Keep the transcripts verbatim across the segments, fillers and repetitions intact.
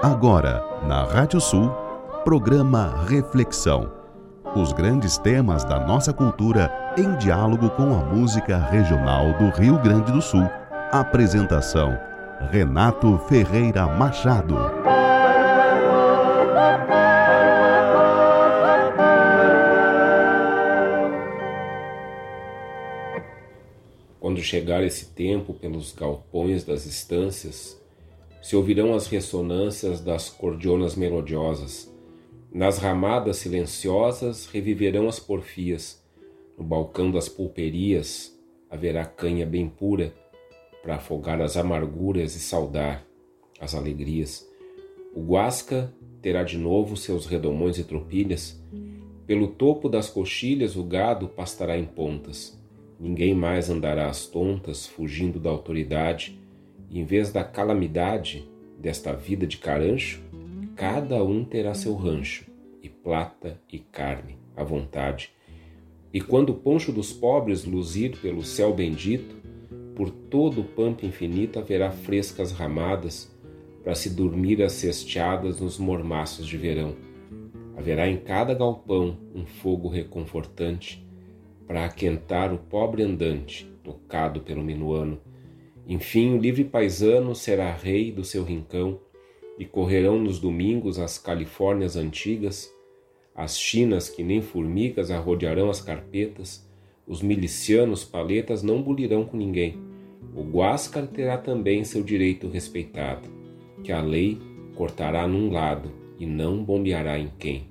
Agora, na Rádio Sul, programa Reflexão. Os grandes temas da nossa cultura em diálogo com a música regional do Rio Grande do Sul. Apresentação: Renato Ferreira Machado. Quando chegar esse tempo pelos galpões das estâncias, se ouvirão as ressonâncias das cordionas melodiosas. Nas ramadas silenciosas reviverão as porfias. No balcão das pulperias haverá canha bem pura para afogar as amarguras e saudar as alegrias. O guasca terá de novo seus redomões e tropilhas. Pelo topo das coxilhas o gado pastará em pontas. Ninguém mais andará às tontas, fugindo da autoridade, e em vez da calamidade desta vida de carancho, cada um terá seu rancho, e plata e carne à vontade. E quando o poncho dos pobres luzir pelo céu bendito, por todo o pampa infinito haverá frescas ramadas, para se dormir as cesteadas nos mormaços de verão. Haverá em cada galpão um fogo reconfortante, para aquentar o pobre andante, tocado pelo minuano. Enfim, o livre paisano será rei do seu rincão, e correrão nos domingos as Califórnias antigas, as chinas que nem formigas arrodearão as carpetas, os milicianos paletas não bulirão com ninguém. O guascar terá também seu direito respeitado, que a lei cortará num lado e não bombeará em quem.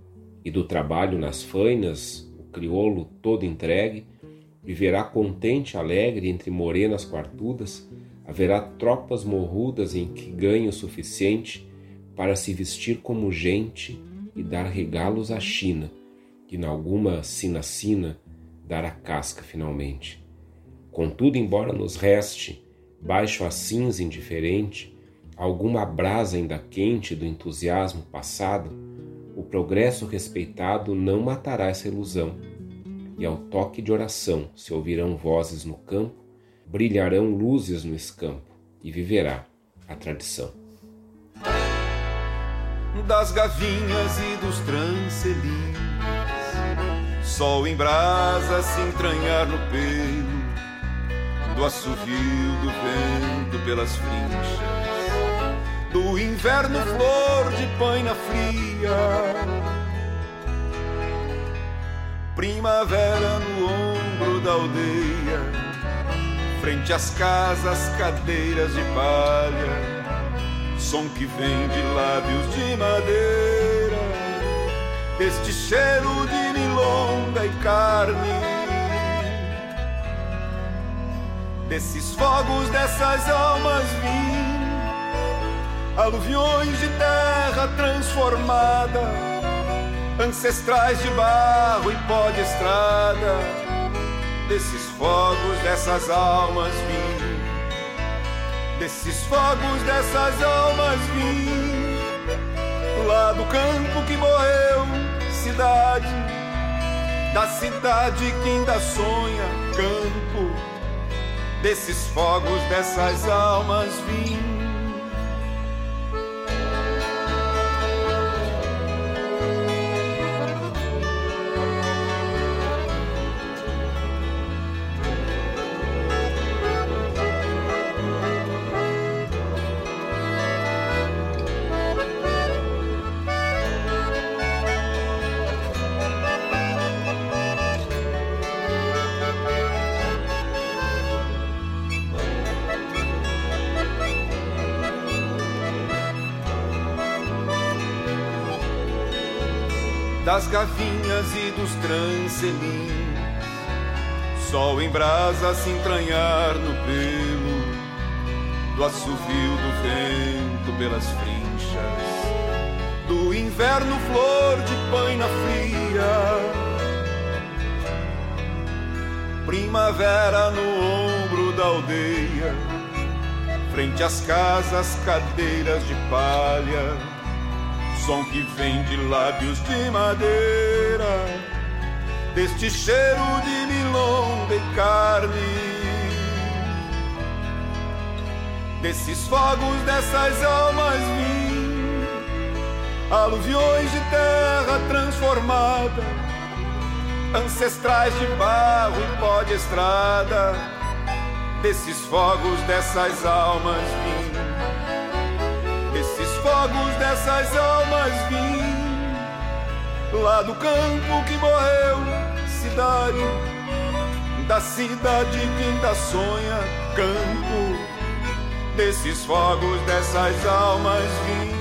E do trabalho nas fainas, crioulo todo entregue, viverá contente, alegre entre morenas quartudas, haverá tropas morrudas em que ganhe o suficiente para se vestir como gente e dar regalos à China, que nalguma sina-sina dar a casca finalmente. Contudo, embora nos reste, baixo a cinza indiferente, alguma brasa ainda quente do entusiasmo passado, o progresso respeitado não matará essa ilusão, e ao toque de oração se ouvirão vozes no campo, brilharão luzes no escampo, e viverá a tradição. Das gavinhas e dos trancelins, sol em brasa se entranhar no pelo, do assovio do vento pelas frinchas, do inverno flor de paina fria, primavera no ombro da aldeia, frente às casas, cadeiras de palha, som que vem de lábios de madeira, este cheiro de milonga e carne, desses fogos, dessas almas vim, aluviões de terra transformada, ancestrais de barro e pó de estrada, desses fogos, dessas almas vim, desses fogos, dessas almas vim, lá do campo que morreu, cidade, da cidade que ainda sonha, campo, desses fogos, dessas almas vim. Das gavinhas e dos trancelins, sol em brasa se entranhar no pelo, do assovio do vento pelas frinchas, do inverno flor de paina fria, primavera no ombro da aldeia, frente às casas, cadeiras de palha, som que vem de lábios de madeira, deste cheiro de milonga e carne, desses fogos, dessas almas vim, aluviões de terra transformada, ancestrais de barro e pó de estrada, desses fogos, dessas almas vim, desses fogos, dessas almas vim, lá do campo que morreu, cidade, da cidade que ainda sonha, campo, desses fogos, dessas almas vim.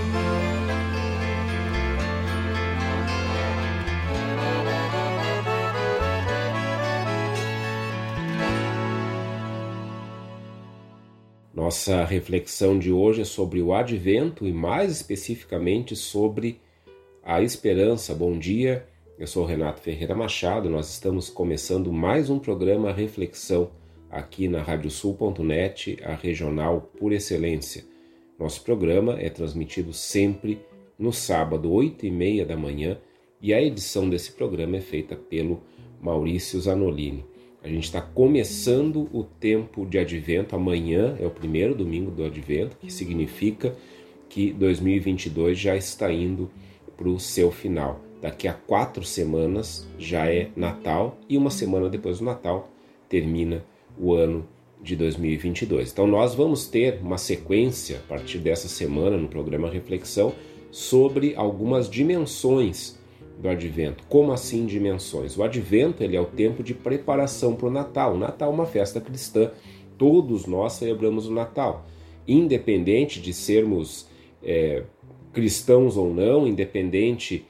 Nossa reflexão de hoje é sobre o Advento e mais especificamente sobre a esperança. Bom dia, eu sou Renato Ferreira Machado, nós estamos começando mais um programa Reflexão aqui na radiosul ponto net, a regional por excelência. Nosso programa é transmitido sempre no sábado, oito e meia da manhã, e a edição desse programa é feita pelo Maurício Zanolini. A gente está começando o tempo de Advento, amanhã é o primeiro domingo do Advento, que significa que dois mil e vinte e dois já está indo para o seu final. Daqui a quatro semanas já é Natal e uma semana depois do Natal termina o ano de dois mil e vinte e dois. Então nós vamos ter uma sequência a partir dessa semana no programa Reflexão sobre algumas dimensões do Advento. Como assim dimensões? O Advento ele é o tempo de preparação para o Natal. O Natal é uma festa cristã. Todos nós celebramos o Natal. Independente de sermos é, cristãos ou não, independente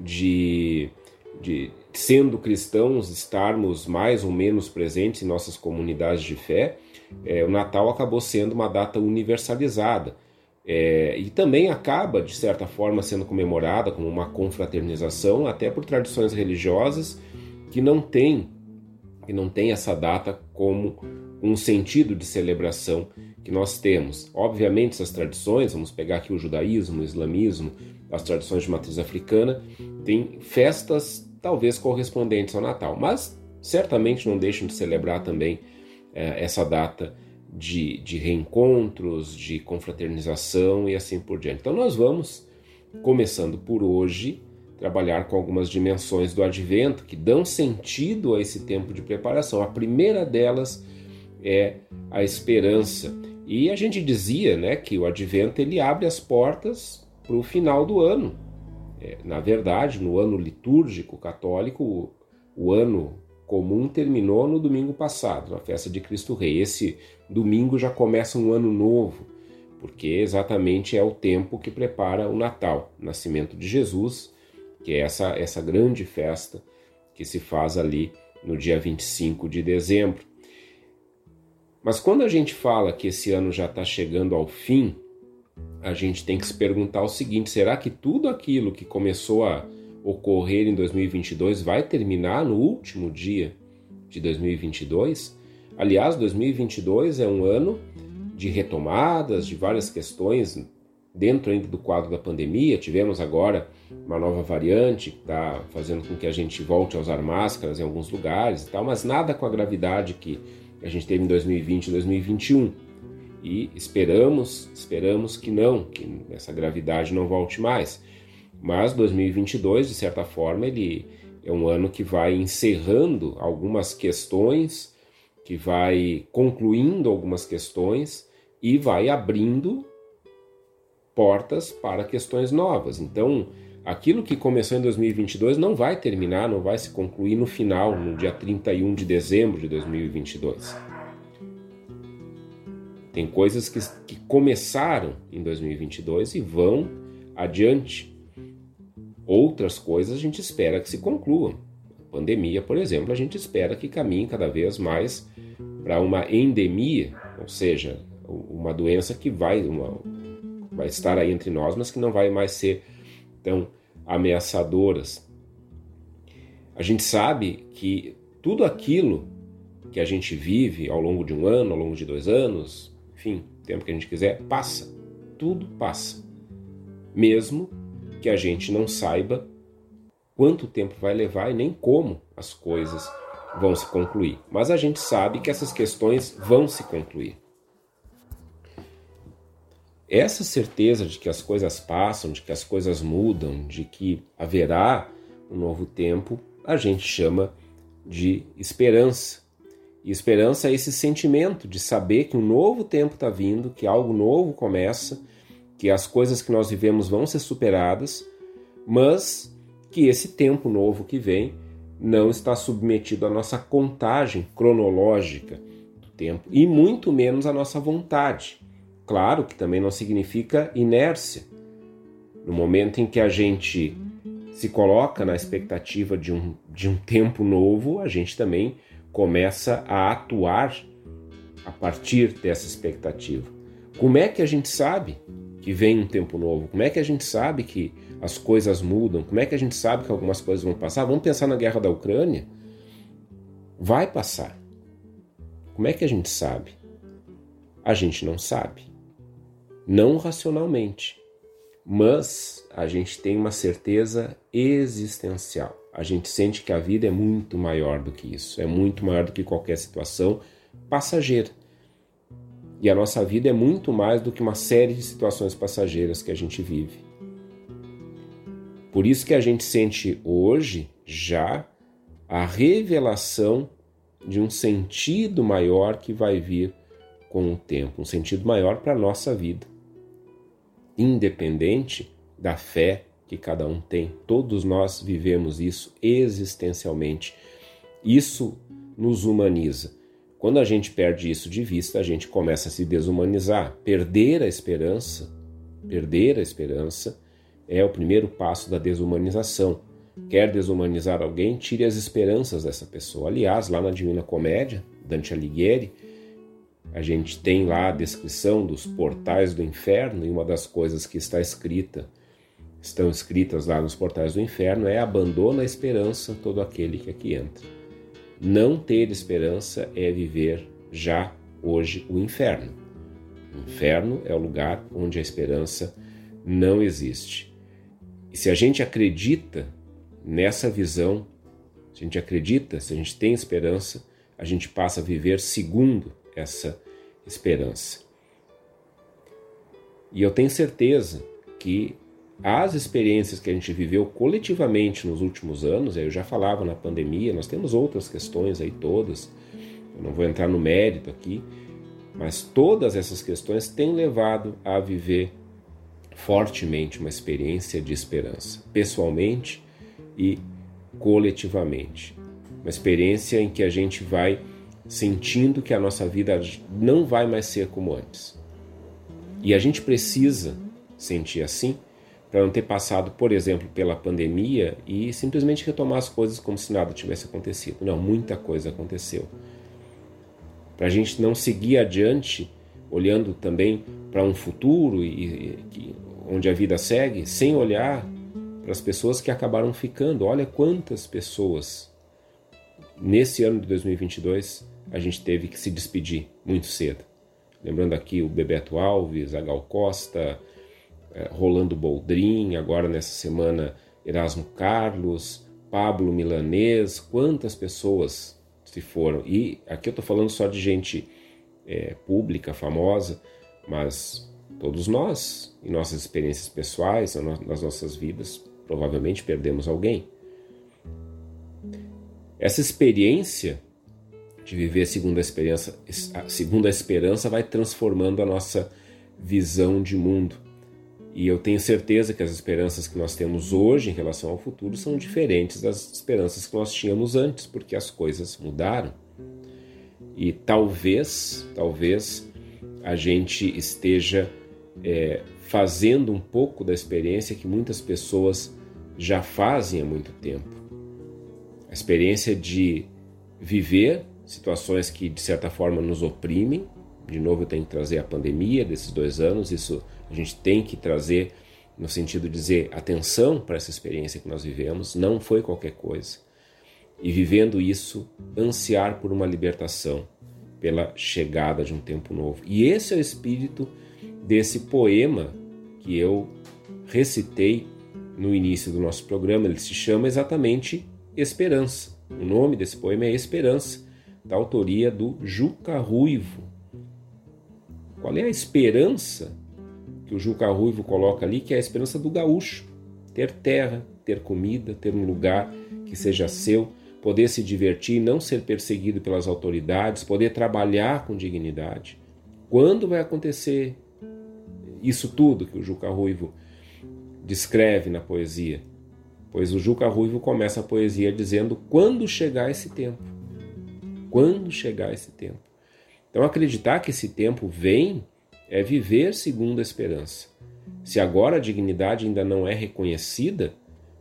de, de, sendo cristãos, estarmos mais ou menos presentes em nossas comunidades de fé, é, o Natal acabou sendo uma data universalizada. É, e também acaba, de certa forma, sendo comemorada como uma confraternização, até por tradições religiosas que não têm, que não têm essa data como um sentido de celebração que nós temos. Obviamente, essas tradições, vamos pegar aqui o judaísmo, o islamismo, as tradições de matriz africana, têm festas talvez correspondentes ao Natal, mas certamente não deixam de celebrar também é, essa data De, de reencontros, de confraternização e assim por diante. Então nós vamos, começando por hoje, trabalhar com algumas dimensões do Advento que dão sentido a esse tempo de preparação. A primeira delas é a esperança. E a gente dizia, né, que o Advento ele abre as portas para o final do ano. É, na verdade, no ano litúrgico católico, o, o ano comum terminou no domingo passado, na festa de Cristo Rei. Esse domingo já começa um ano novo, porque exatamente é o tempo que prepara o Natal, o nascimento de Jesus, que é essa, essa grande festa que se faz ali no dia vinte e cinco de dezembro. Mas quando a gente fala que esse ano já está chegando ao fim, a gente tem que se perguntar o seguinte: será que tudo aquilo que começou a ocorrer em dois mil e vinte e dois vai terminar no último dia de dois mil e vinte e dois? Aliás, dois mil e vinte e dois é um ano de retomadas, de várias questões dentro ainda do quadro da pandemia. Tivemos agora uma nova variante que está fazendo com que a gente volte a usar máscaras em alguns lugares e tal, mas nada com a gravidade que a gente teve em dois mil e vinte e dois mil e vinte e um. E esperamos, esperamos que não, que essa gravidade não volte mais. Mas dois mil e vinte e dois, de certa forma, ele é um ano que vai encerrando algumas questões, que vai concluindo algumas questões e vai abrindo portas para questões novas. Então, aquilo que começou em dois mil e vinte e dois não vai terminar, não vai se concluir no final, no dia trinta e um de dezembro de dois mil e vinte e dois. Tem coisas que, que começaram em dois mil e vinte e dois e vão adiante. Outras coisas a gente espera que se concluam. A pandemia, por exemplo, a gente espera que caminhe cada vez mais para uma endemia, ou seja, uma doença que vai, uma, vai estar aí entre nós, mas que não vai mais ser tão ameaçadoras. A gente sabe que tudo aquilo que a gente vive ao longo de um ano, ao longo de dois anos, enfim, o tempo que a gente quiser, passa. Tudo passa. Mesmo que a gente não saiba quanto tempo vai levar e nem como as coisas vão se concluir. Mas a gente sabe que essas questões vão se concluir. Essa certeza de que as coisas passam, de que as coisas mudam, de que haverá um novo tempo, a gente chama de esperança. E esperança é esse sentimento de saber que um novo tempo está vindo, que algo novo começa, que as coisas que nós vivemos vão ser superadas, mas que esse tempo novo que vem não está submetido à nossa contagem cronológica do tempo, e muito menos à nossa vontade. Claro que também não significa inércia. No momento em que a gente se coloca na expectativa de um, de um tempo novo, a gente também começa a atuar a partir dessa expectativa. Como é que a gente sabe que vem um tempo novo? Como é que a gente sabe que as coisas mudam? Como é que a gente sabe que algumas coisas vão passar? Vamos pensar na guerra da Ucrânia? Vai passar. Como é que a gente sabe? A gente não sabe. Não racionalmente, mas a gente tem uma certeza existencial. A gente sente que a vida é muito maior do que isso, é muito maior do que qualquer situação passageira. E a nossa vida é muito mais do que uma série de situações passageiras que a gente vive. Por isso que a gente sente hoje já a revelação de um sentido maior que vai vir com o tempo, um sentido maior para a nossa vida. Independente da fé que cada um tem, todos nós vivemos isso existencialmente. Isso nos humaniza. Quando a gente perde isso de vista, a gente começa a se desumanizar. Perder a esperança, perder a esperança é o primeiro passo da desumanização. Quer desumanizar alguém, tire as esperanças dessa pessoa. Aliás, lá na Divina Comédia, Dante Alighieri, a gente tem lá a descrição dos portais do inferno, e uma das coisas que está escrita, estão escritas lá nos portais do inferno é: abandona a esperança todo aquele que aqui entra. Não ter esperança é viver já hoje o inferno. O inferno é o lugar onde a esperança não existe. E se a gente acredita nessa visão, se a gente acredita, se a gente tem esperança, a gente passa a viver segundo essa esperança. E eu tenho certeza que as experiências que a gente viveu coletivamente nos últimos anos, eu já falava na pandemia, nós temos outras questões aí todas, eu não vou entrar no mérito aqui, mas todas essas questões têm levado a viver fortemente uma experiência de esperança, pessoalmente e coletivamente. Uma experiência em que a gente vai sentindo que a nossa vida não vai mais ser como antes. E a gente precisa sentir assim para não ter passado, por exemplo, pela pandemia e simplesmente retomar as coisas como se nada tivesse acontecido. Não, muita coisa aconteceu. Para a gente não seguir adiante, olhando também para um futuro e, e, onde a vida segue, sem olhar para as pessoas que acabaram ficando. Olha quantas pessoas, nesse ano de dois mil e vinte e dois, a gente teve que se despedir muito cedo. Lembrando aqui o Bebeto Alves, a Gal Costa, Rolando Boldrin, agora nessa semana Erasmo Carlos, Pablo Milanês, quantas pessoas se foram. E aqui eu estou falando só de gente é, pública, famosa, mas todos nós, em nossas experiências pessoais, nas nossas vidas, provavelmente perdemos alguém. Essa experiência de viver segundo a esperança, segundo a esperança vai transformando a nossa visão de mundo. E eu tenho certeza que as esperanças que nós temos hoje em relação ao futuro são diferentes das esperanças que nós tínhamos antes, porque as coisas mudaram. E talvez, talvez a gente esteja é, fazendo um pouco da experiência que muitas pessoas já fazem há muito tempo. A experiência de viver situações que, de certa forma, nos oprimem. De novo, eu tenho que trazer a pandemia desses dois anos. Isso a gente tem que trazer no sentido de dizer atenção para essa experiência que nós vivemos. Não foi qualquer coisa. E vivendo isso, ansiar por uma libertação, pela chegada de um tempo novo. E esse é o espírito desse poema que eu recitei no início do nosso programa. Ele se chama exatamente Esperança. O nome desse poema é Esperança, da autoria do Juca Ruivo. Qual é a esperança que o Juca Ruivo coloca ali, que é a esperança do gaúcho. Ter terra, ter comida, ter um lugar que seja seu, poder se divertir, não ser perseguido pelas autoridades, poder trabalhar com dignidade. Quando vai acontecer isso tudo que o Juca Ruivo descreve na poesia? Pois o Juca Ruivo começa a poesia dizendo quando chegar esse tempo. Quando chegar esse tempo. Então acreditar que esse tempo vem é viver segundo a esperança. Se agora a dignidade ainda não é reconhecida,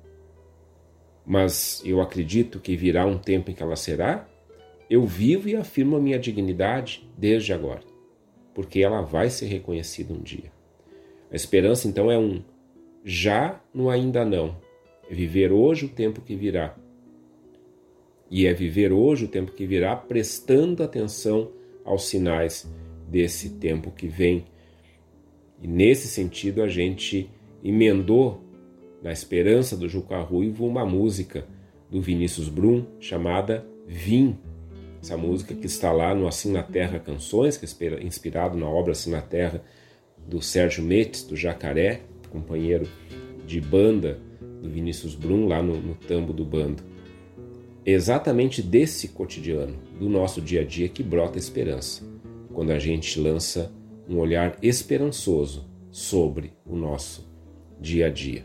mas eu acredito que virá um tempo em que ela será, eu vivo e afirmo a minha dignidade desde agora, porque ela vai ser reconhecida um dia. A esperança então é um já no ainda não, é viver hoje o tempo que virá. E é viver hoje o tempo que virá prestando atenção aos sinais desse tempo que vem. E nesse sentido a gente emendou na esperança do Juca Ruivo uma música do Vinícius Brum chamada Vim. Essa música que está lá no Assim na Terra Canções, que é inspirado na obra Assim na Terra do Sérgio Metz, do Jacaré, companheiro de banda do Vinícius Brum lá no, no tambo do bando. Exatamente desse cotidiano, do nosso dia a dia, que brota a esperança, quando a gente lança um olhar esperançoso sobre o nosso dia a dia.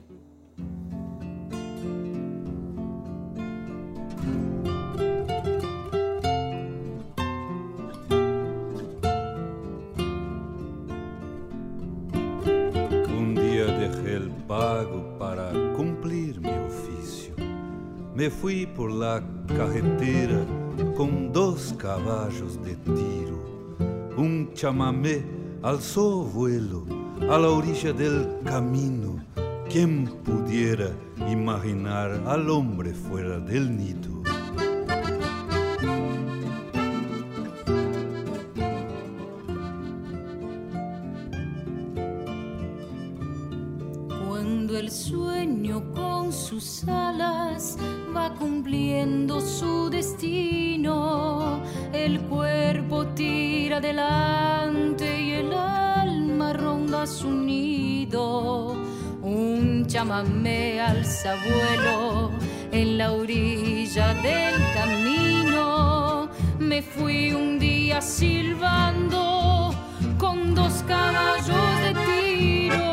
Um dia deixei el pago para cumplir mi oficio. Me fui por la carretera con dos caballos de tiro. Un chamamé alzó vuelo a la orilla del camino. ¿Quién pudiera imaginar al hombre fuera del nido? Cuando el sueño con sus alas va cumpliendo su destino, el cuerpo tira adelante y el alma ronda su nido. Un chamamé alza vuelo en la orilla del camino. Me fui un día silbando con dos caballos de tiro.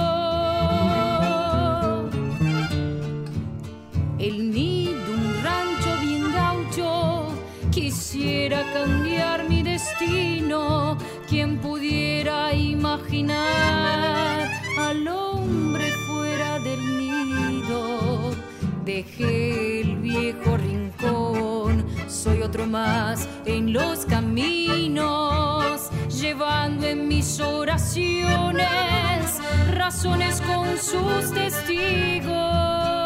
El nido, un rancho bien gaucho, quisiera cambiar mi destino. Quien pudiera imaginar al hombre fuera del nido. Dejé el viejo rincón, soy otro más en los caminos, llevando en mis oraciones razones con sus testigos.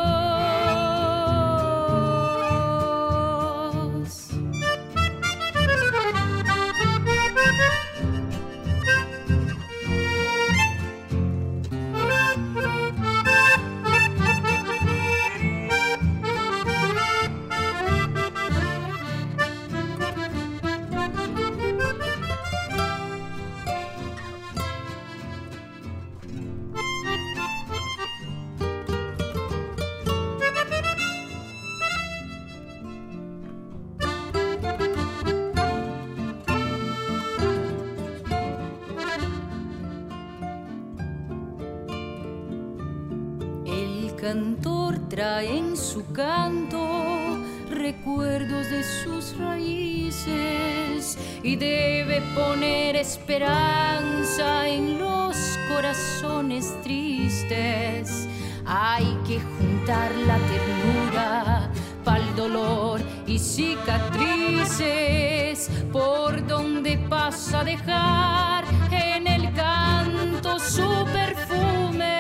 Cantor trae en su canto recuerdos de sus raíces y debe poner esperanza en los corazones tristes. Hay que juntar la ternura pa'l dolor y cicatrices, por donde pasa a dejar en el canto su perfume.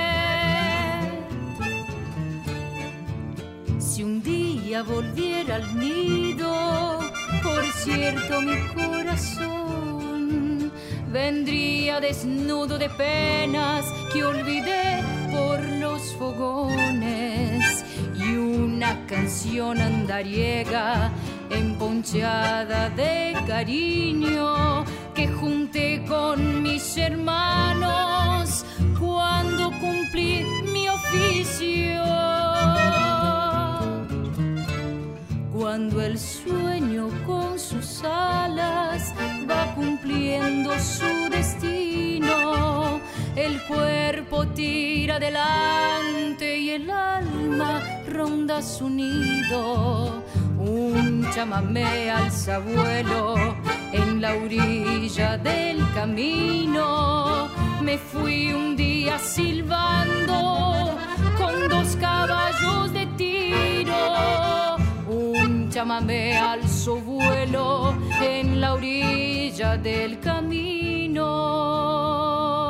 Si un día volviera al nido, por cierto mi corazón vendría desnudo de penas que olvidé por los fogones, y una canción andariega emponchada de cariño que junté con mis hermanos partir adelante y el alma ronda su nido. Un chamamé alza vuelo en la orilla del camino. Me fui un día silbando con dos caballos de tiro. Un chamamé alzó vuelo en la orilla del camino.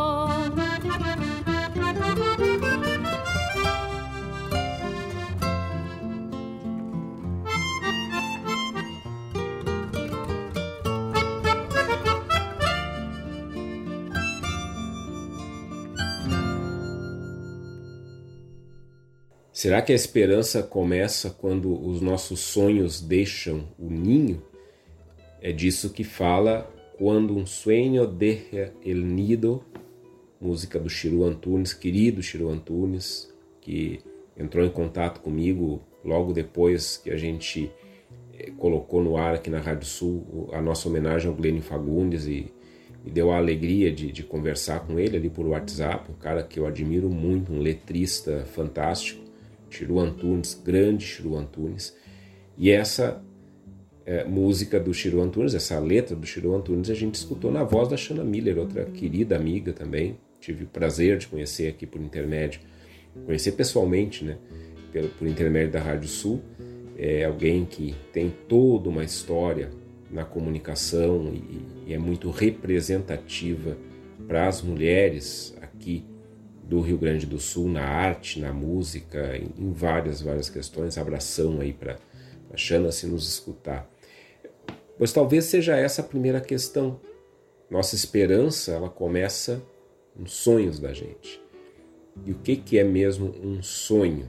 Será que a esperança começa quando os nossos sonhos deixam o ninho? É disso que fala Quando um Sueño Deja el Nido, música do Chiru Antunes, querido Chiru Antunes, que entrou em contato comigo logo depois que a gente colocou no ar aqui na Rádio Sul a nossa homenagem ao Glênio Fagundes, e me deu a alegria de, de conversar com ele ali por WhatsApp, um cara que eu admiro muito, um letrista fantástico, Chiru Antunes, grande Chiru Antunes. E essa é, música do Chiru Antunes, essa letra do Chiru Antunes, a gente escutou na voz da Shanna Miller, outra querida amiga também. Tive o prazer de conhecer aqui por intermédio, conhecer pessoalmente, né, por, por intermédio da Rádio Sul. É alguém que tem toda uma história na comunicação e, e é muito representativa para as mulheres aqui do Rio Grande do Sul, na arte, na música, em, em várias, várias questões. Abração aí para a Shanna se nos escutar. Pois talvez seja essa a primeira questão. Nossa esperança, ela começa nos sonhos da gente. E o que, que é mesmo um sonho?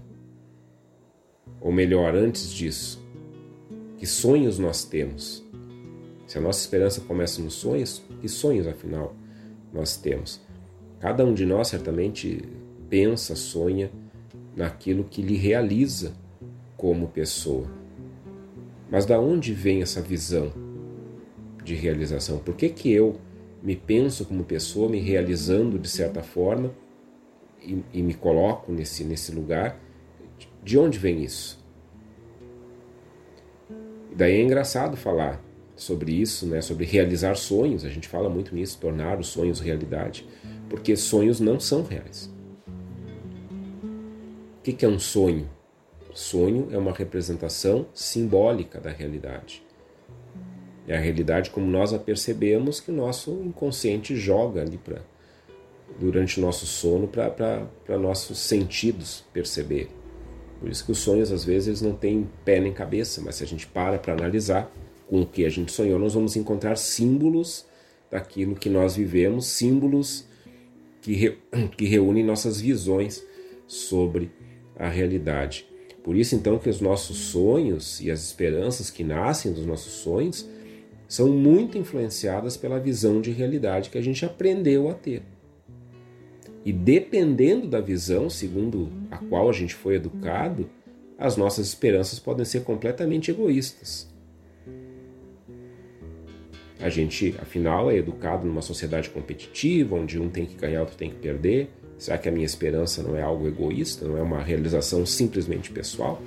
Ou melhor, antes disso, que sonhos nós temos? Se a nossa esperança começa nos sonhos, que sonhos, afinal, nós temos? Cada um de nós certamente pensa, sonha naquilo que lhe realiza como pessoa. Mas da onde vem essa visão de realização? Por que que eu me penso como pessoa, me realizando de certa forma e, e me coloco nesse, nesse lugar? De onde vem isso? E daí é engraçado falar sobre isso, né? Sobre realizar sonhos. A gente fala muito nisso, tornar os sonhos realidade. Porque sonhos não são reais. O que é um sonho? Sonho é uma representação simbólica da realidade. É a realidade como nós a percebemos, que o nosso inconsciente joga ali pra, durante o nosso sono para nossos sentidos perceber. Por isso que os sonhos, às vezes, eles não têm pé nem cabeça, mas se a gente para para analisar com o que a gente sonhou, nós vamos encontrar símbolos daquilo que nós vivemos, símbolos que, re, que reúnem nossas visões sobre a realidade. Por isso, então, que os nossos sonhos e as esperanças que nascem dos nossos sonhos são muito influenciadas pela visão de realidade que a gente aprendeu a ter. E dependendo da visão, segundo a qual a gente foi educado, as nossas esperanças podem ser completamente egoístas. A gente, afinal, é educado numa sociedade competitiva, onde um tem que ganhar, outro tem que perder. Será que a minha esperança não é algo egoísta, não é uma realização simplesmente pessoal?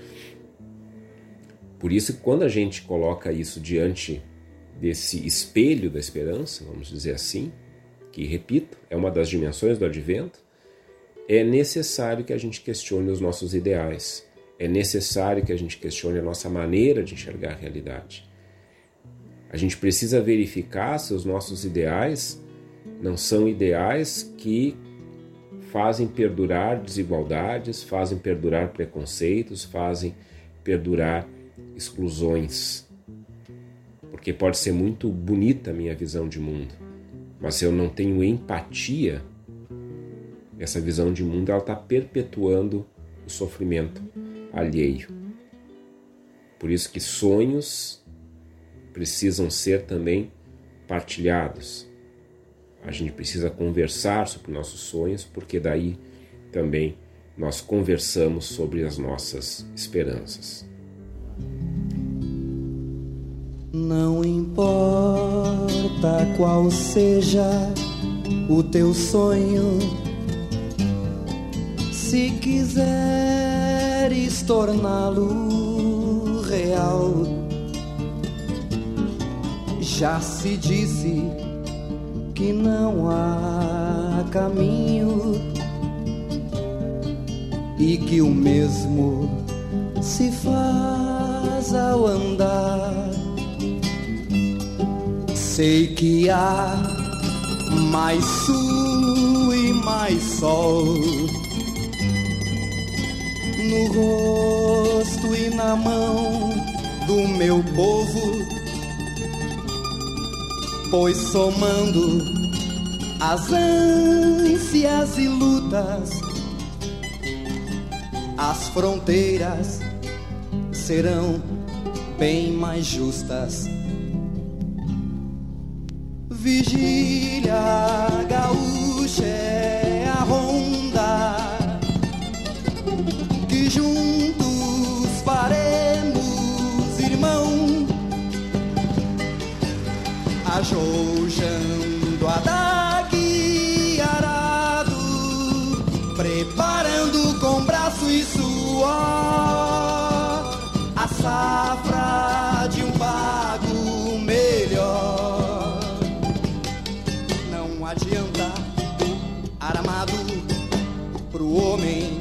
Por isso, quando a gente coloca isso diante desse espelho da esperança, vamos dizer assim, que, repito, é uma das dimensões do advento, é necessário que a gente questione os nossos ideais, é necessário que a gente questione a nossa maneira de enxergar a realidade. A gente precisa verificar se os nossos ideais não são ideais que fazem perdurar desigualdades, fazem perdurar preconceitos, fazem perdurar exclusões. Porque pode ser muito bonita a minha visão de mundo, mas se eu não tenho empatia, essa visão de mundo ela está perpetuando o sofrimento alheio. Por isso que sonhos precisam ser também partilhados. A gente precisa conversar sobre nossos sonhos, porque daí também nós conversamos sobre as nossas esperanças. Não importa qual seja o teu sonho, Se quiseres torná-lo real, já se disse que não há caminho e que o mesmo se faz ao andar. Sei que há mais sul e mais sol no rosto e na mão do meu povo, pois somando as ânsias e lutas, as fronteiras serão bem mais justas. Vigília gaúcha é a ronda que juntos faremos, irmão, ajoujando a dague arado, preparando com braço e suor a safra de um pago melhor. Não adianta armado pro homem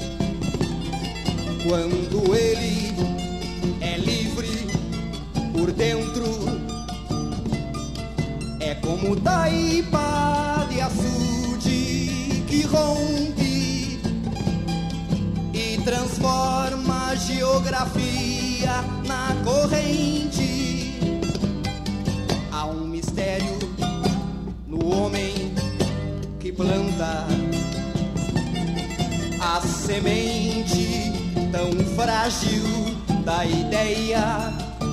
quando ele é livre por dentro. É como taipa de açude que rompe e transforma a geografia na corrente. Há um mistério no homem que planta a semente tão frágil da ideia,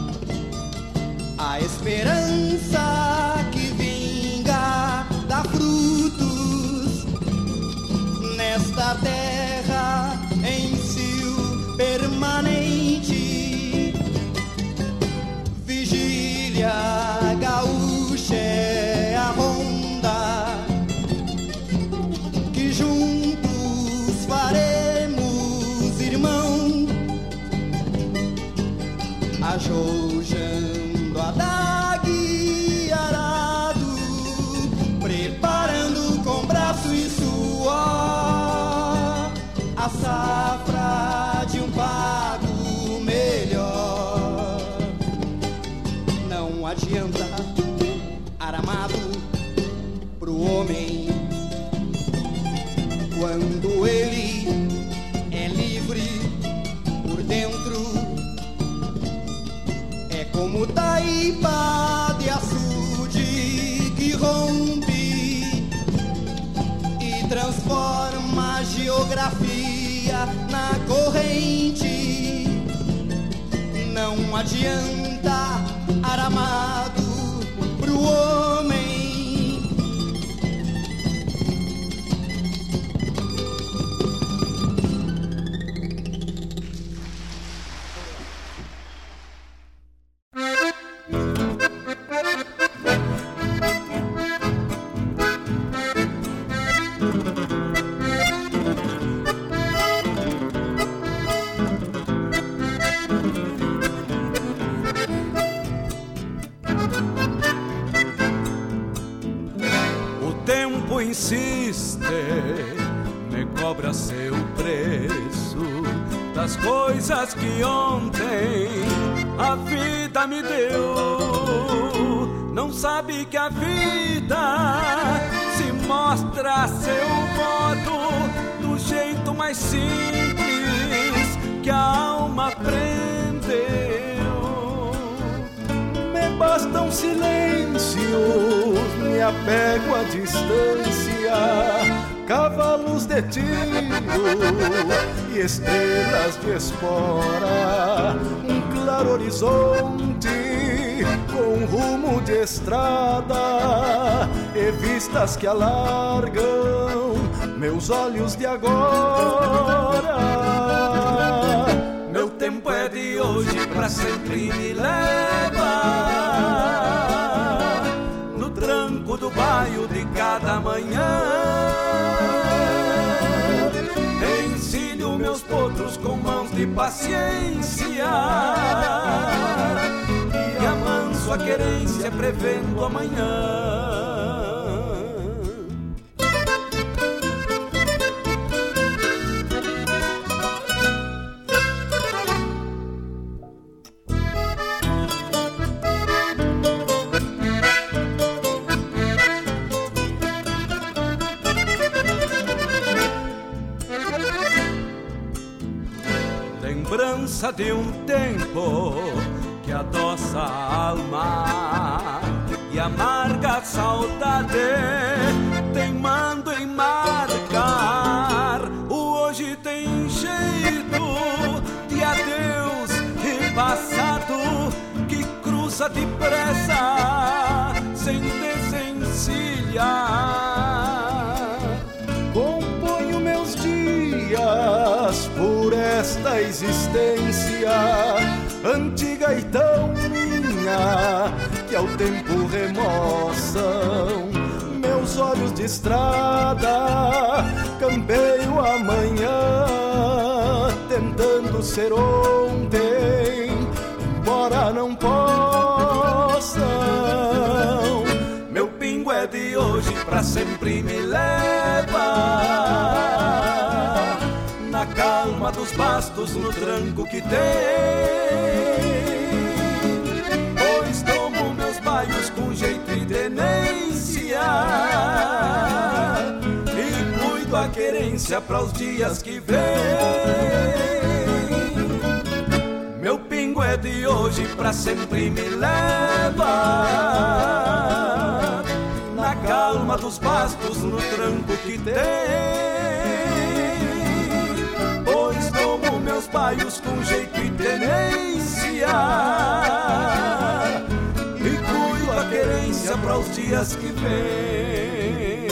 a esperança que vinga dá frutos nesta terra em cio permanente. Vigília gaúcha é a ronda que juntos faremos, irmão, ajoujando a dague arado, preparando com braço e suor a safra de um pago melhor. Não adianta armado pro homem quando ele é livre por dentro. É como taipa de açude que rompe e transforma a geografia na corrente. Não adianta armado pro homem. Insiste, me cobra seu preço das coisas que ontem a vida me deu. Não sabe que a vida se mostra a seu modo, do jeito mais simples que a alma aprendeu. Me bastam silêncios, me apego à distância, cavalos de tiro e estrelas de espora, um claro horizonte com rumo de estrada e vistas que alargam meus olhos de agora. Meu tempo é de hoje, pra sempre me leva no tranco do bairro de cada manhã, em de paciência e amanso a querência prevendo amanhã. Lembrança de um tempo que adoça a alma e amarga a saudade, teimando em marcar o hoje tem jeito de adeus e passado que cruza depressa sem desencilhar. Componho meus dias por esta existência antiga e tão minha que ao tempo remoçam meus olhos de estrada. Campeio amanhã tentando ser ontem, embora não possam. Meu pingo é de hoje, pra sempre me leva na calma dos bastos, no tranco que tem. Pois tomo meus baios com jeito e tenência e cuido a querência para os dias que vêm. Meu pingo é de hoje, pra sempre me leva na calma dos bastos, no tranco que tem. Meus baios com jeito e tenência e cuido a querência para os dias que vêm.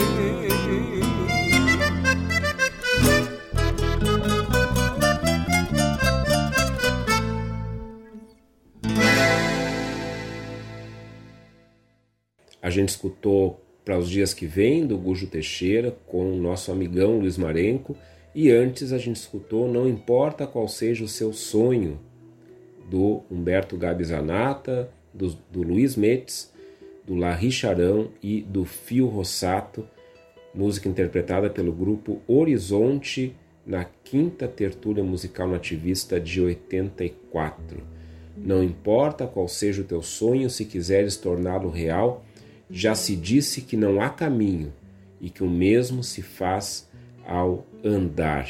A gente escutou Para os Dias que Vêm, do Gujo Teixeira, com o nosso amigão Luiz Marenco. E antes a gente escutou Não Importa Qual Seja o Seu Sonho, do Humberto Gabi Zanata, do, do Luiz Metz, do Larry Charão e do Fio Rossato, música interpretada pelo grupo Horizonte na quinta Tertúlia Musical Nativista de oitenta e quatro. Não importa qual seja o teu sonho, se quiseres torná-lo real, já se disse que não há caminho e que o mesmo se faz ao andar.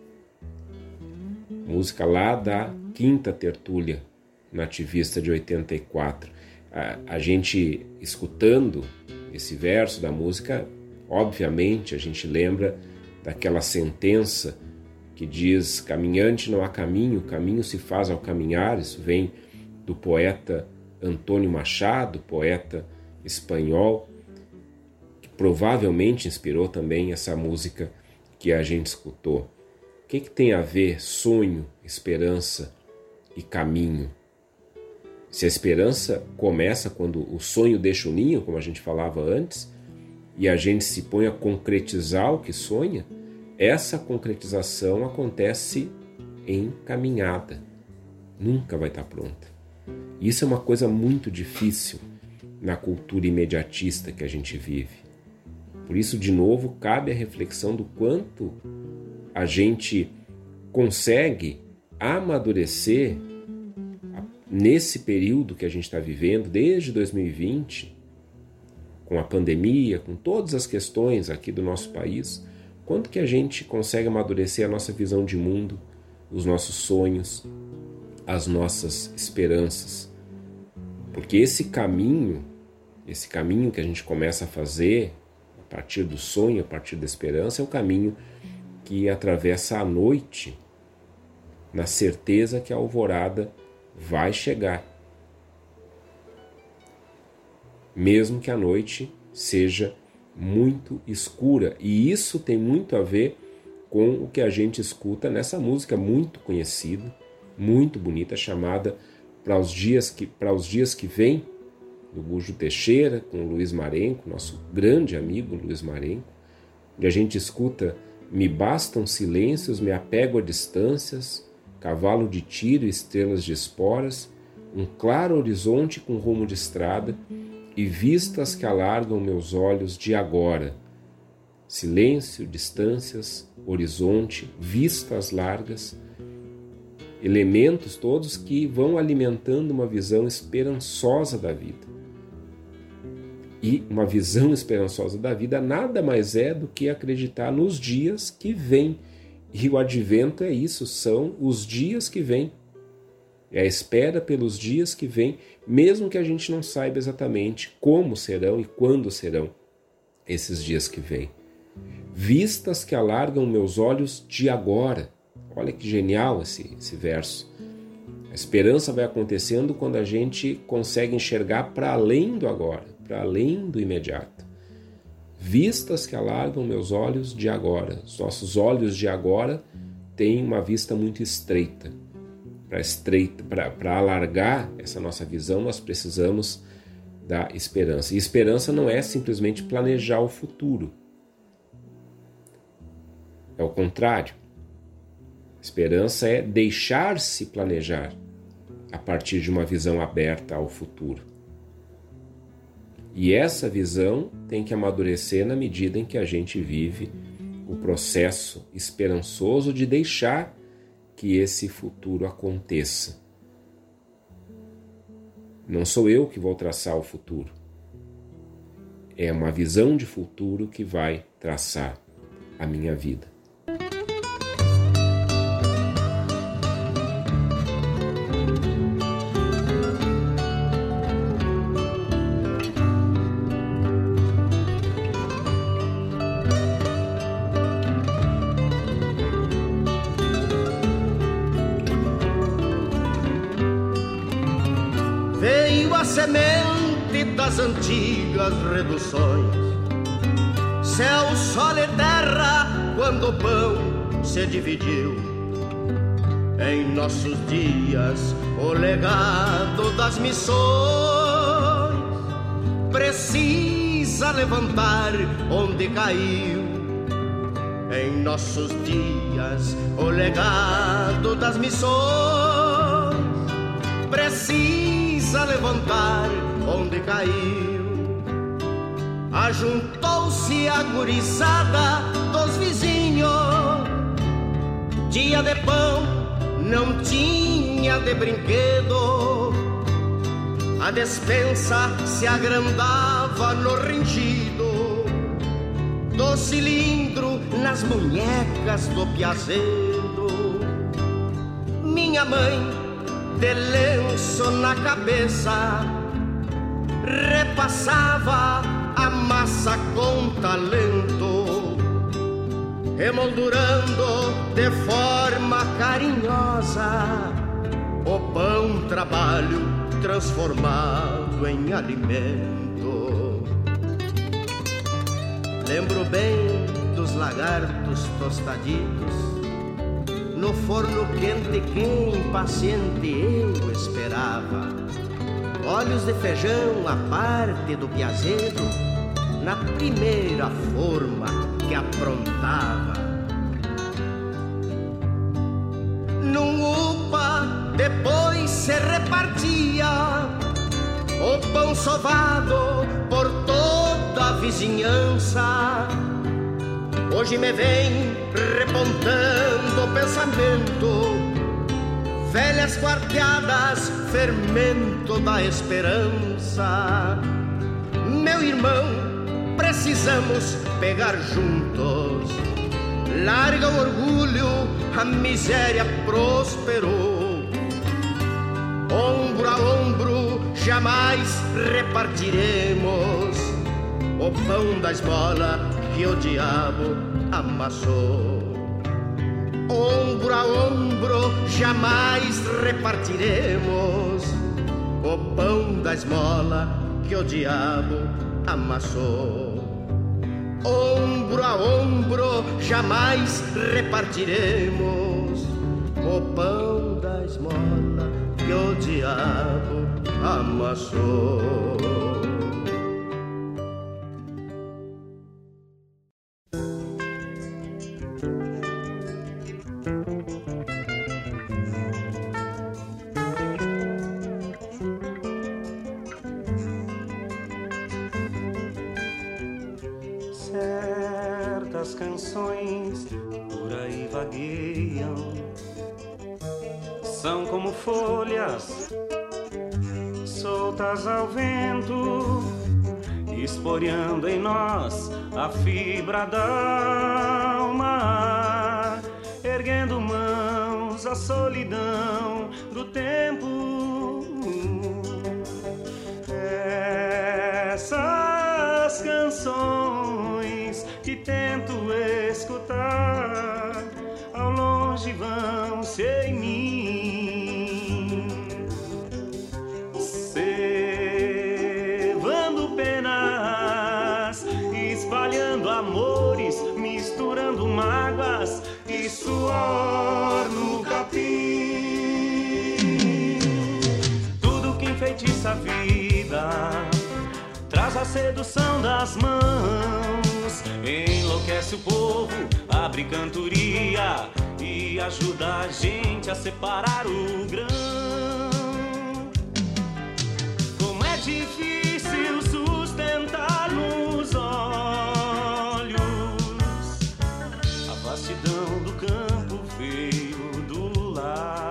Música lá da quinta Tertúlia Nativista de oitenta e quatro. A, a gente escutando esse verso da música, obviamente a gente lembra daquela sentença que diz: caminhante não há caminho, caminho se faz ao caminhar. Isso vem do poeta Antônio Machado, poeta espanhol, que provavelmente inspirou também essa música que a gente escutou. O que, que tem a ver sonho, esperança e caminho? Se a esperança começa quando o sonho deixa o ninho, como a gente falava antes, e a gente se põe a concretizar o que sonha, essa concretização acontece em caminhada. Nunca vai estar pronta. Isso é uma coisa muito difícil na cultura imediatista que a gente vive. Por isso, de novo, cabe a reflexão do quanto a gente consegue amadurecer nesse período que a gente está vivendo, desde dois mil e vinte, com a pandemia, com todas as questões aqui do nosso país, quanto que a gente consegue amadurecer a nossa visão de mundo, os nossos sonhos, as nossas esperanças. Porque esse caminho, esse caminho que a gente começa a fazer a partir do sonho, a partir da esperança, é o caminho que atravessa a noite, na certeza que a alvorada vai chegar. Mesmo que a noite seja muito escura. E isso tem muito a ver com o que a gente escuta nessa música muito conhecida, muito bonita, chamada Para os Dias que, para os Dias que Vêm, do Gujo Teixeira, com o Luiz Marenco, nosso grande amigo Luiz Marenco, onde a gente escuta: me bastam silêncios, me apego a distâncias, cavalo de tiro e estrelas de esporas, um claro horizonte com rumo de estrada e vistas que alargam meus olhos de agora. Silêncio, distâncias, horizonte, vistas largas, elementos todos que vão alimentando uma visão esperançosa da vida. E uma visão esperançosa da vida nada mais é do que acreditar nos dias que vêm. E o advento é isso, são os dias que vêm. É a espera pelos dias que vêm, mesmo que a gente não saiba exatamente como serão e quando serão esses dias que vêm. Vistas que alargam meus olhos de agora. Olha que genial esse, esse verso. A esperança vai acontecendo quando a gente consegue enxergar para além do agora, para além do imediato. Vistas que alargam meus olhos de agora. Os nossos olhos de agora têm uma vista muito estreita. Para estreita, para alargar essa nossa visão, nós precisamos da esperança. E esperança não é simplesmente planejar o futuro. É o contrário. Esperança é deixar-se planejar a partir de uma visão aberta ao futuro. E essa visão tem que amadurecer na medida em que a gente vive o processo esperançoso de deixar que esse futuro aconteça. Não sou eu que vou traçar o futuro. É uma visão de futuro que vai traçar a minha vida. Semente das antigas reduções, céu, sol e terra, quando o pão se dividiu. Em nossos dias, o legado das missões precisa levantar onde caiu. Em nossos dias, o legado das missões precisa levantar onde caiu. Ajuntou-se a gurizada dos vizinhos, dia de pão não tinha de brinquedo. A despensa se agrandava no ringido do cilindro nas munhecas do piazedo. Minha mãe, de lenço na cabeça, repassava a massa com talento, emoldurando de forma carinhosa o pão trabalho transformado em alimento. Lembro bem dos lagartos tostaditos no forno quente que impaciente eu esperava. Olhos de feijão à parte do piazedo, na primeira forma que aprontava. Num upa depois se repartia o pão sovado por toda a vizinhança. Hoje me vem repontando o pensamento, velhas quarteadas, fermento da esperança. Meu irmão, precisamos pegar juntos, larga o orgulho, a miséria prosperou. Ombro a ombro, jamais repartiremos o pão da esmola que o diabo amassou. Ombro a ombro, jamais repartiremos o pão da esmola que o diabo amassou. Ombro a ombro, jamais repartiremos o pão da esmola que o diabo amassou. Certas canções por aí vagueiam, são como folhas soltas ao vento, esporeando em nós a fibra da alma, erguendo mãos à solidão do tempo. Essas canções que tento escutar ao longe vão-se em mim, cevando penas, espalhando amores, misturando mágoas e suor no capim. Tudo que enfeitiça a vida traz a sedução das mãos, enlouquece o povo, abre cantoria e ajuda a gente a separar o grão. Como é difícil sustentar nos olhos a vastidão do campo feio do lar.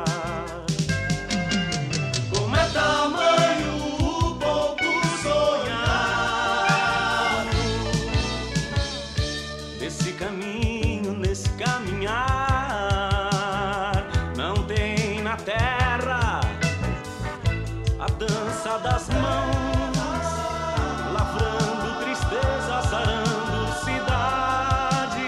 Como é tamanho o pouco sonhado desse caminho, nesse caminhar. Não tem na terra a dança das mãos, lavrando tristeza, sarando cidades.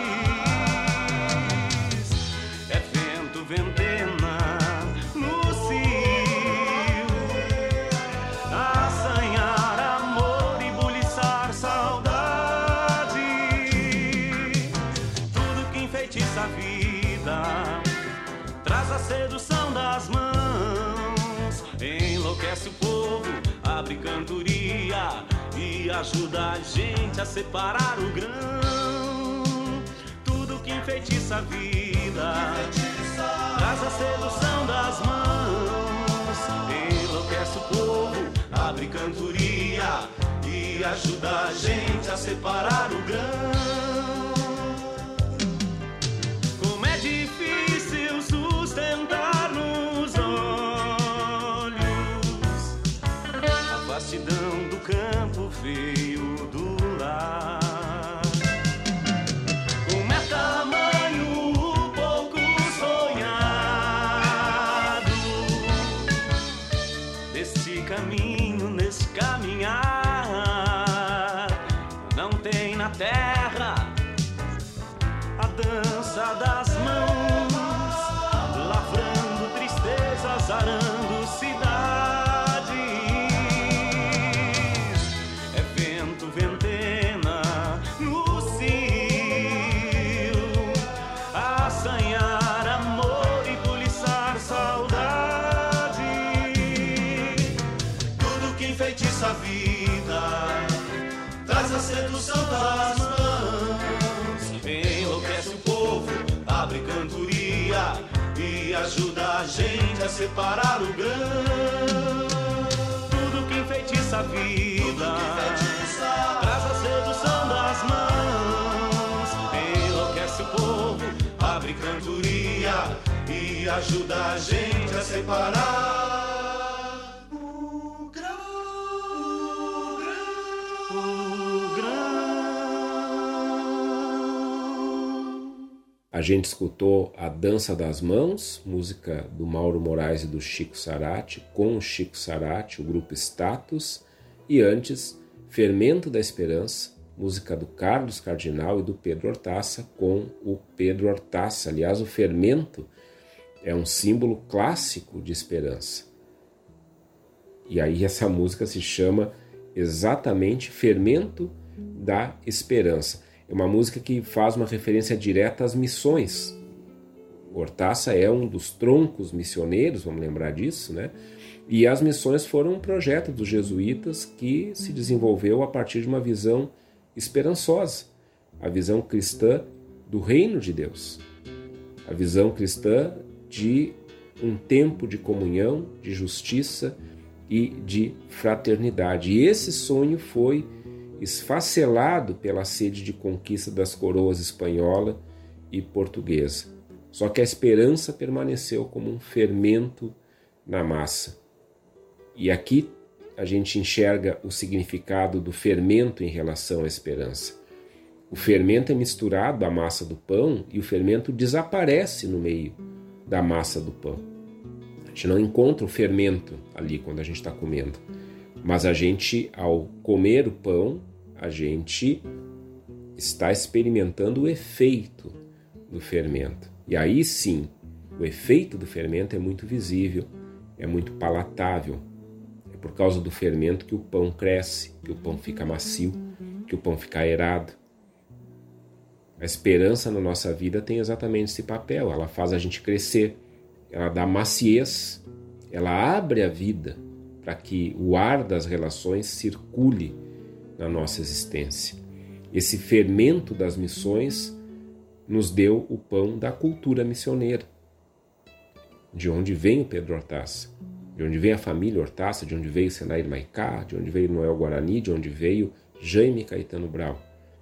É vento, ventena no cio, assanhar amor e buliçar saudade. Tudo que enfeitiça a vida traz a sedução das mãos, enlouquece o povo, abre cantoria e ajuda a gente a separar o grão. Tudo que enfeitiça a vida traz a sedução das mãos, enlouquece o povo, abre cantoria e ajuda a gente a separar o grão. Como é difícil sustentar nos olhos a vastidão do campo feio do lar. Como é tamanho o pouco sonhado deste caminho, nesse caminhar. Não tem na terra a dança das mãos, lavrando tristezas, arando cidades. É vento, ventena no cio, assanhar amor e buliçar saudade. Tudo que enfeitiça a vida traz a sedução das mãos, enlouquece o povo, abre cantoria e ajuda a gente a separar o grão. Tudo que enfeitiça a vida traz a sedução das mãos, enlouquece o povo, abre cantoria e ajuda a gente a separar o grão. O grão. A gente escutou A Dança das Mãos, música do Mauro Moraes e do Chico Sarati, com o Chico Sarati, o grupo Status, e antes Fermento da Esperança, música do Carlos Cardinal e do Pedro Hortaça, com o Pedro Hortaça. Aliás, o fermento é um símbolo clássico de esperança. E aí essa música se chama exatamente Fermento da Esperança. É uma música que faz uma referência direta às missões. Hortaça é um dos troncos missioneiros, vamos lembrar disso, né? E as missões foram um projeto dos jesuítas que se desenvolveu a partir de uma visão esperançosa, a visão cristã do reino de Deus, a visão cristã de um tempo de comunhão, de justiça e de fraternidade. E esse sonho foi esfacelado pela sede de conquista das coroas espanhola e portuguesa. Só que a esperança permaneceu como um fermento na massa. E aqui a gente enxerga o significado do fermento em relação à esperança. O fermento é misturado à massa do pão e o fermento desaparece no meio da massa do pão. A gente não encontra o fermento ali quando a gente está comendo. Mas a gente, ao comer o pão, a gente está experimentando o efeito do fermento. E aí sim, o efeito do fermento é muito visível, é muito palatável. É por causa do fermento que o pão cresce, que o pão fica macio, que o pão fica aerado. A esperança na nossa vida tem exatamente esse papel. Ela faz a gente crescer, ela dá maciez, ela abre a vida para que o ar das relações circule na nossa existência. Esse fermento das missões nos deu o pão da cultura missioneira, de onde vem o Pedro Hortaça, de onde vem a família Hortaça, de onde veio Senair Maicá, de onde veio Noel Guarani, de onde veio Jaime Caetano Brau.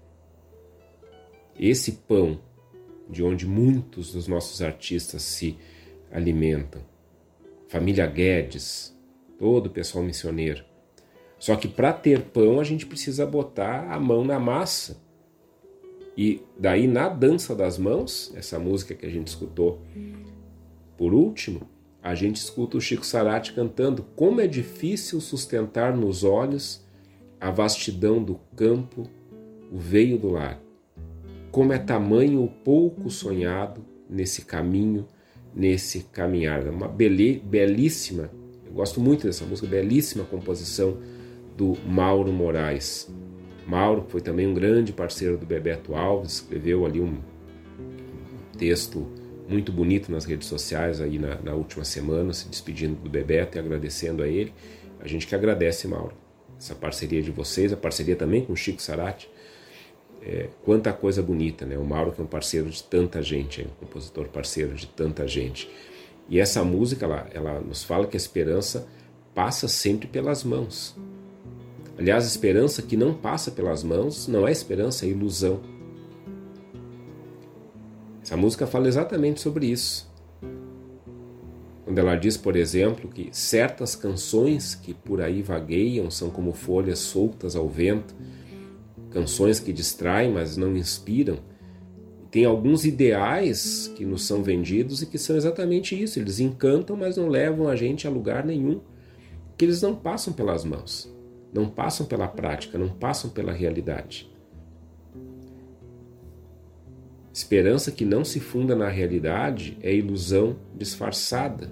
Esse pão, de onde muitos dos nossos artistas se alimentam, família Guedes, todo o pessoal missioneiro. Só que para ter pão a gente precisa botar a mão na massa. E daí na dança das mãos, essa música que a gente escutou por último, a gente escuta o Chico Sarati cantando: como é difícil sustentar nos olhos a vastidão do campo, o veio do lar. Como é tamanho o pouco sonhado nesse caminho, nesse caminhar. É uma bele, belíssima, eu gosto muito dessa música, belíssima composição do Mauro Moraes. Mauro foi também um grande parceiro do Bebeto Alves, escreveu ali um texto muito bonito nas redes sociais aí na, na última semana, se despedindo do Bebeto e agradecendo a ele. A gente que agradece, Mauro, essa parceria de vocês, a parceria também com o Chico Sarati. É, quanta coisa bonita, né? O Mauro que é um parceiro de tanta gente, é um compositor parceiro de tanta gente. E essa música, ela, ela nos fala que a esperança passa sempre pelas mãos. Aliás, a esperança que não passa pelas mãos não é esperança, é ilusão. Essa música fala exatamente sobre isso. Quando ela diz, por exemplo, que certas canções que por aí vagueiam são como folhas soltas ao vento, canções que distraem, mas não inspiram. Tem alguns ideais que nos são vendidos e que são exatamente isso. Eles encantam, mas não levam a gente a lugar nenhum. Que eles não passam pelas mãos, não passam pela prática, não passam pela realidade. Esperança que não se funda na realidade é ilusão disfarçada.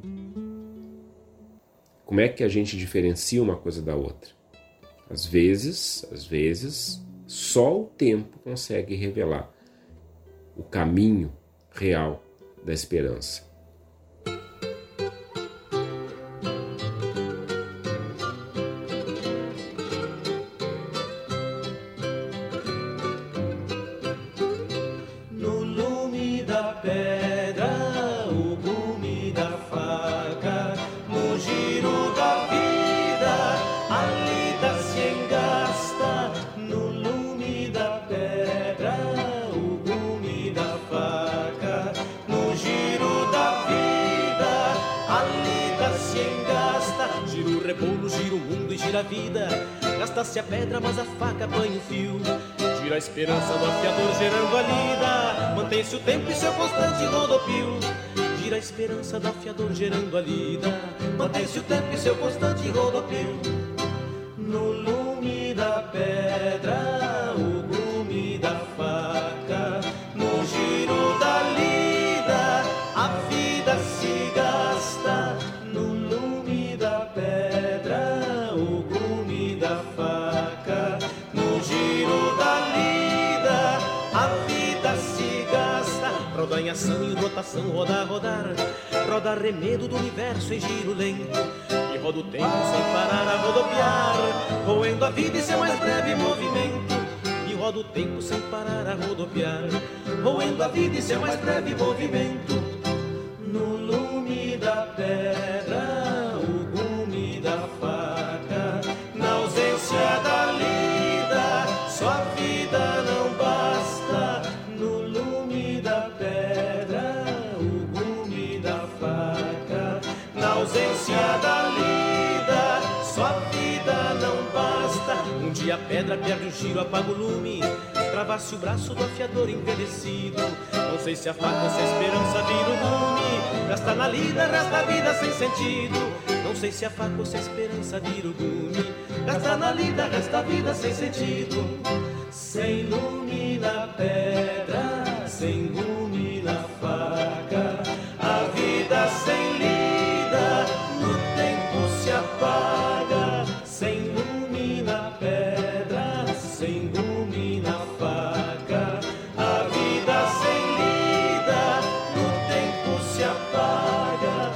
Como é que a gente diferencia uma coisa da outra? Às vezes, às vezes, só o tempo consegue revelar o caminho real da esperança. No lume da pedra, o gume da faca, no giro da vida, a lida se engasta. No lume da pedra, o gume da faca, no giro da vida, a lida se engasta. Gira o rebolo, gira o mundo e gira a vida, gasta-se a pedra, mas a faca banha o fio. Gira a esperança do afiador gerando a lida, mantém-se o tempo e seu constante rodopio. Gira a esperança do afiador gerando a lida, mantém-se o tempo e seu constante rodopio. No lume da pedra, o gume da faca, no giro da lida, a vida se gasta. No lume da pedra, o gume da faca, no giro da lida, a vida se gasta. Roda em ação e rotação, roda, rodar, roda remedo do universo em giro lento, e roda o tempo sem parar a rodopiar, roendo a vida em seu mais breve movimento. E roda o tempo sem parar a rodopiar, roendo a vida em seu mais breve movimento. No lume da pedra, o gume da faca, na ausência da lida, pedra perde o giro, apaga o lume, travasse o braço do afiador envelhecido. Não sei se a faca ou se a esperança vira o gume, gasta na lida, resta a vida sem sentido. Não sei se a faca ou se a esperança vira o gume, gasta na lida, resta a vida sem sentido. Sem lume na pedra, sem gume na faca, a vida sem lida, no tempo se apaga. Sem lume na pedra, sem gume na faca, a vida sem lida, no tempo se apaga.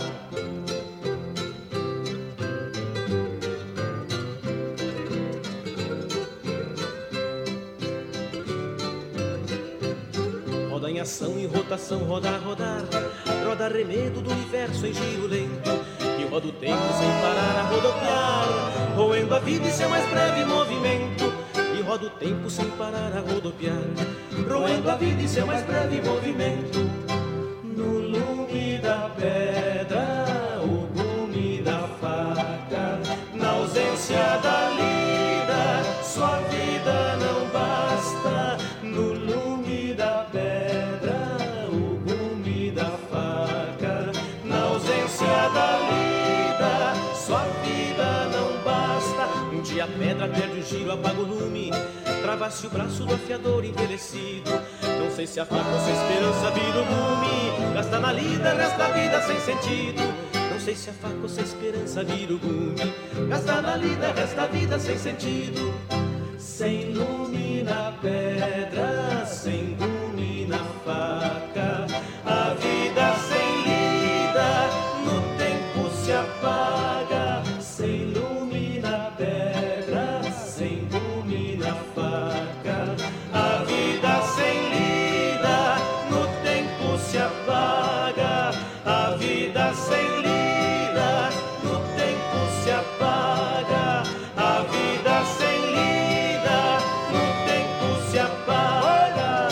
Roda em ação, em rotação, rodar, rodar, roda remedo do universo em giro lento, e roda o tempo sem parar a rodopiar, roendo a vida em seu mais breve movimento. E roda o tempo sem parar a rodopiar, roendo a vida em seu mais breve movimento. No lume da pedra, o gume da faca, na ausência da lida, sua vida não basta. No lume da pedra, o gume da faca, na ausência da lida, sua vida não basta. Um dia a pedra perde o giro, apaga o lume, travasse o braço do afiador envelhecido. Não sei se a faca ou se a esperança vira o gume, gasta na lida, resta a vida sem sentido. Não sei se a faca ou se a esperança vira o gume, gasta na lida, resta a vida sem sentido. Sem lume na pedra, sem gume na faca, a vida sem lida, no tempo se apaga. Sem lume na pedra, sem gume na faca, a vida sem lida, no tempo se apaga. A vida sem lida, no tempo se apaga. A vida sem lida, no tempo se apaga.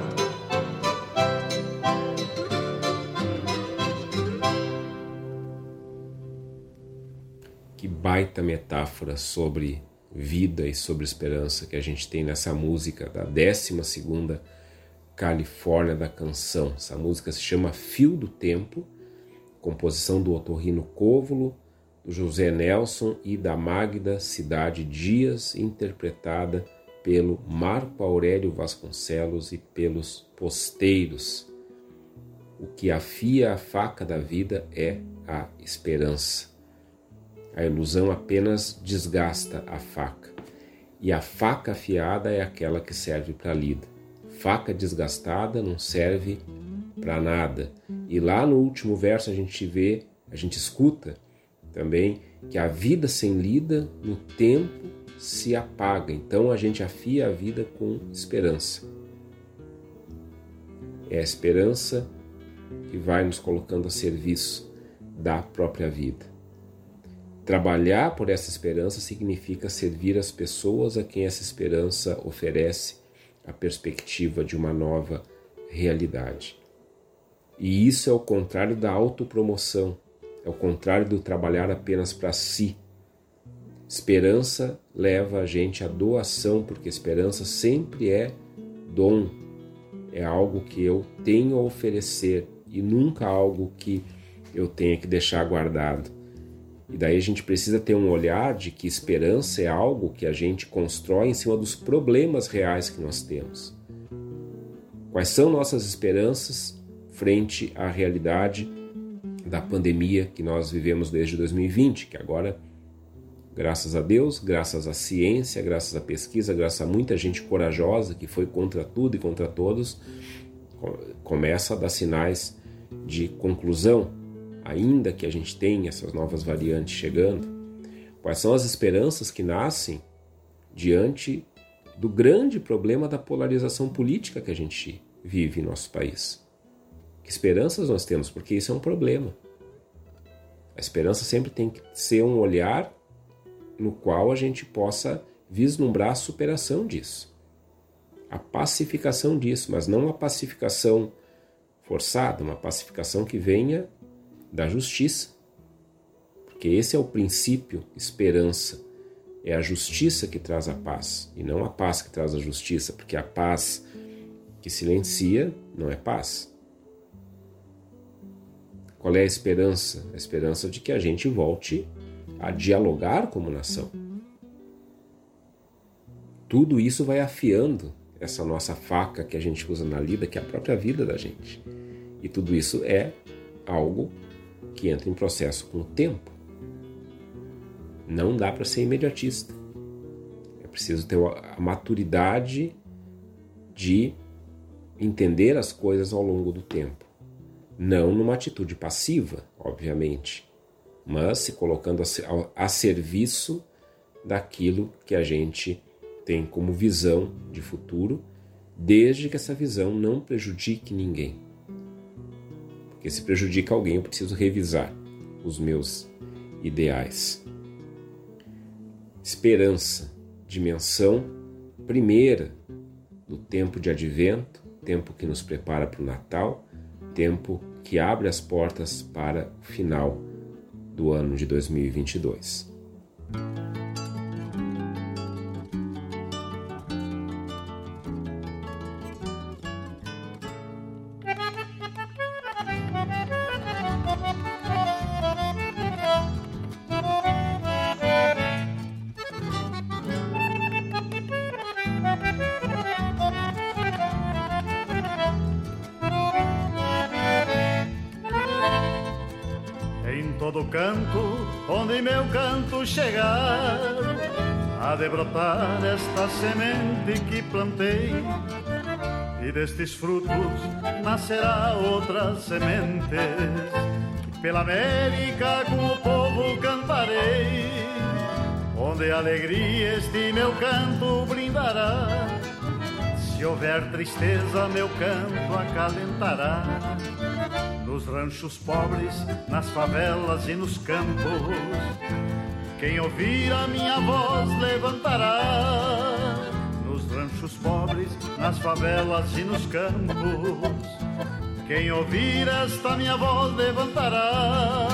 Que baita metáfora sobre vida e sobre esperança que a gente tem nessa música da décima segunda Califórnia da Canção. Essa música se chama Fio do Tempo, composição do Otorrino Cóvolo, do José Nelson e da Magda Cidade Dias, interpretada pelo Marco Aurélio Vasconcelos e pelos Posteiros. O que afia a faca da vida é a esperança. A ilusão apenas desgasta a faca, e a faca afiada é aquela que serve para a lida. Faca desgastada não serve para nada. E lá no último verso a gente vê, a gente escuta também que a vida sem lida no tempo se apaga. Então a gente afia a vida com esperança. É a esperança que vai nos colocando a serviço da própria vida. Trabalhar por essa esperança significa servir as pessoas a quem essa esperança oferece a perspectiva de uma nova realidade. E isso é o contrário da autopromoção, é o contrário do trabalhar apenas para si. Esperança leva a gente à doação, porque esperança sempre é dom, é algo que eu tenho a oferecer e nunca algo que eu tenha que deixar guardado. E daí a gente precisa ter um olhar de que esperança é algo que a gente constrói em cima dos problemas reais que nós temos. Quais são nossas esperanças frente à realidade da pandemia que nós vivemos desde dois mil e vinte, que agora, graças a Deus, graças à ciência, graças à pesquisa, graças a muita gente corajosa que foi contra tudo e contra todos, começa a dar sinais de conclusão. Ainda que a gente tenha essas novas variantes chegando, quais são as esperanças que nascem diante do grande problema da polarização política que a gente vive em nosso país? Que esperanças nós temos? Porque isso é um problema. A esperança sempre tem que ser um olhar no qual a gente possa vislumbrar a superação disso, a pacificação disso, mas não uma pacificação forçada, uma pacificação que venha da justiça, porque esse é o princípio esperança É a justiça que traz a paz, e não a paz que traz a justiça, porque a paz que silencia não é paz. Qual é a esperança? A esperança de que a gente volte a dialogar como nação. Tudo isso vai afiando essa nossa faca que a gente usa na lida, que é a própria vida da gente. E tudo isso é algo que entra em processo com o tempo. Não dá para ser imediatista. É preciso ter a maturidade de entender as coisas ao longo do tempo. Não numa atitude passiva, obviamente, mas se colocando a serviço daquilo que a gente tem como visão de futuro, desde que essa visão não prejudique ninguém. Porque se prejudica alguém, eu preciso revisar os meus ideais. Esperança, dimensão primeira do tempo de advento, tempo que nos prepara para o Natal, tempo que abre as portas para o final do ano de dois mil e vinte e dois. Todo canto onde meu canto chegar, há de brotar esta semente que plantei, e destes frutos nascerá outras sementes, e pela América com o povo cantarei, onde a alegria este meu canto brindará. Se houver tristeza, meu canto acalentará. Nos ranchos pobres, nas favelas e nos campos, quem ouvir a minha voz levantará. Nos ranchos pobres, nas favelas e nos campos, quem ouvir esta minha voz levantará.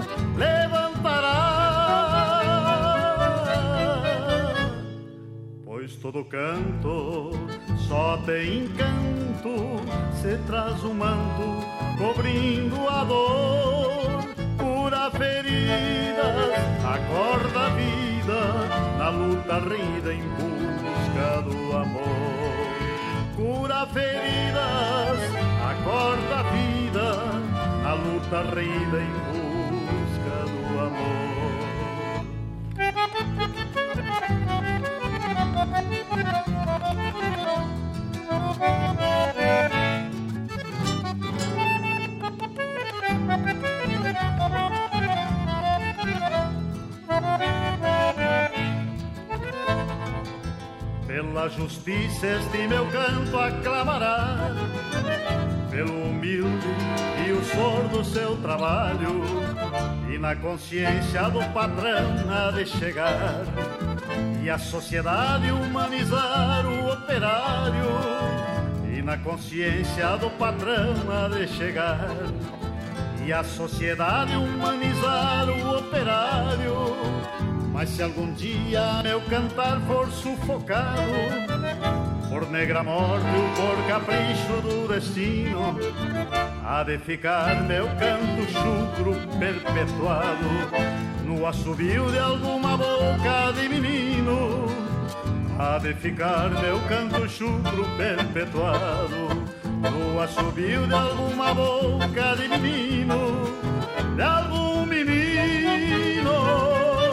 Levantará. Pois todo canto só tem encanto, se traz um manto cobrindo a dor, cura feridas, acorda a vida, na luta rida em busca do amor. Cura feridas, acorda a vida, na luta rida em busca do amor. Pela justiça este meu canto aclamará, pelo humilde e o sordo seu trabalho, e na consciência do patrão há de chegar, e a sociedade humanizar o operário, e na consciência do patrão há de chegar, e a sociedade humanizar o operário. Mas se algum dia meu cantar for sufocado por negra morte ou por capricho do destino, há de ficar meu canto chucro perpetuado no assobio de alguma boca de menino. Há de ficar meu canto chucro perpetuado no assobio de alguma boca de menino, de algum menino.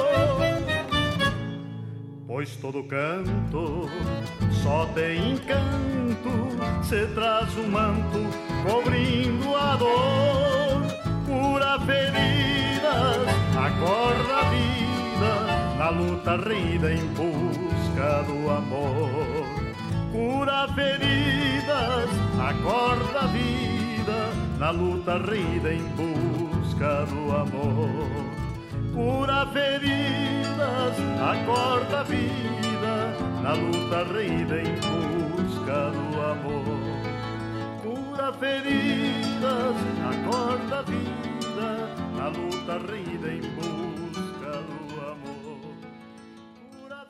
Pois todo canto só tem encanto, se traz um manto cobrindo a dor, cura feridas, acorda a vida, na luta rida em busca do amor. Cura feridas, acorda a vida, na luta rida em busca do amor. Cura feridas, acorda a vida, na luta rida em busca do amor. Cura feridas, acorda a vida, na luta rida em busca do amor. Cura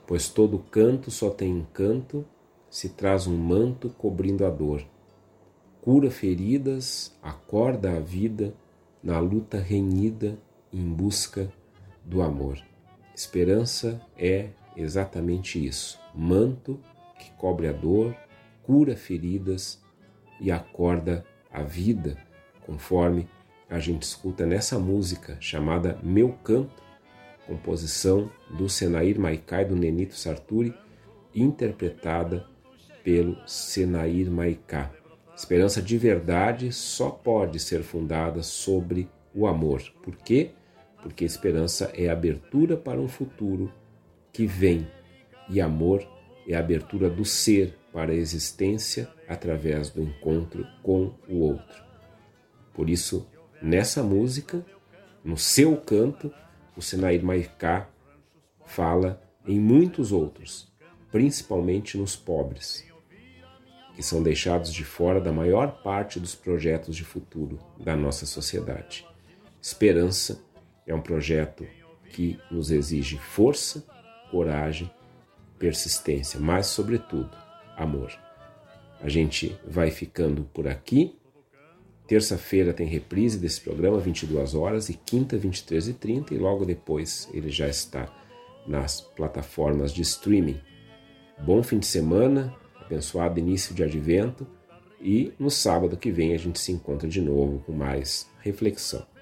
pois todo canto só tem encanto se traz um manto cobrindo a dor. Cura feridas, acorda a vida na luta renhida em busca do amor. Esperança é exatamente isso, manto que cobre a dor, cura feridas e acorda a vida, conforme a gente escuta nessa música chamada Meu Canto, composição do Senair Maiká e do Nenito Sarturi, interpretada pelo Senair Maiká. Esperança de verdade só pode ser fundada sobre o amor. Por quê? Porque esperança é abertura para um futuro que vem, e amor é a abertura do ser para a existência através do encontro com o outro. Por isso, nessa música, no seu canto, o Senair Maiká fala em muitos outros, principalmente nos pobres, que são deixados de fora da maior parte dos projetos de futuro da nossa sociedade. Esperança é um projeto que nos exige força, coragem, persistência, mas, sobretudo, amor. A gente vai ficando por aqui. Terça-feira tem reprise desse programa, vinte e duas horas, e quinta, vinte e três e trinta, e logo depois ele já está nas plataformas de streaming. Bom fim de semana, abençoado início de advento, e no sábado que vem a gente se encontra de novo com mais reflexão.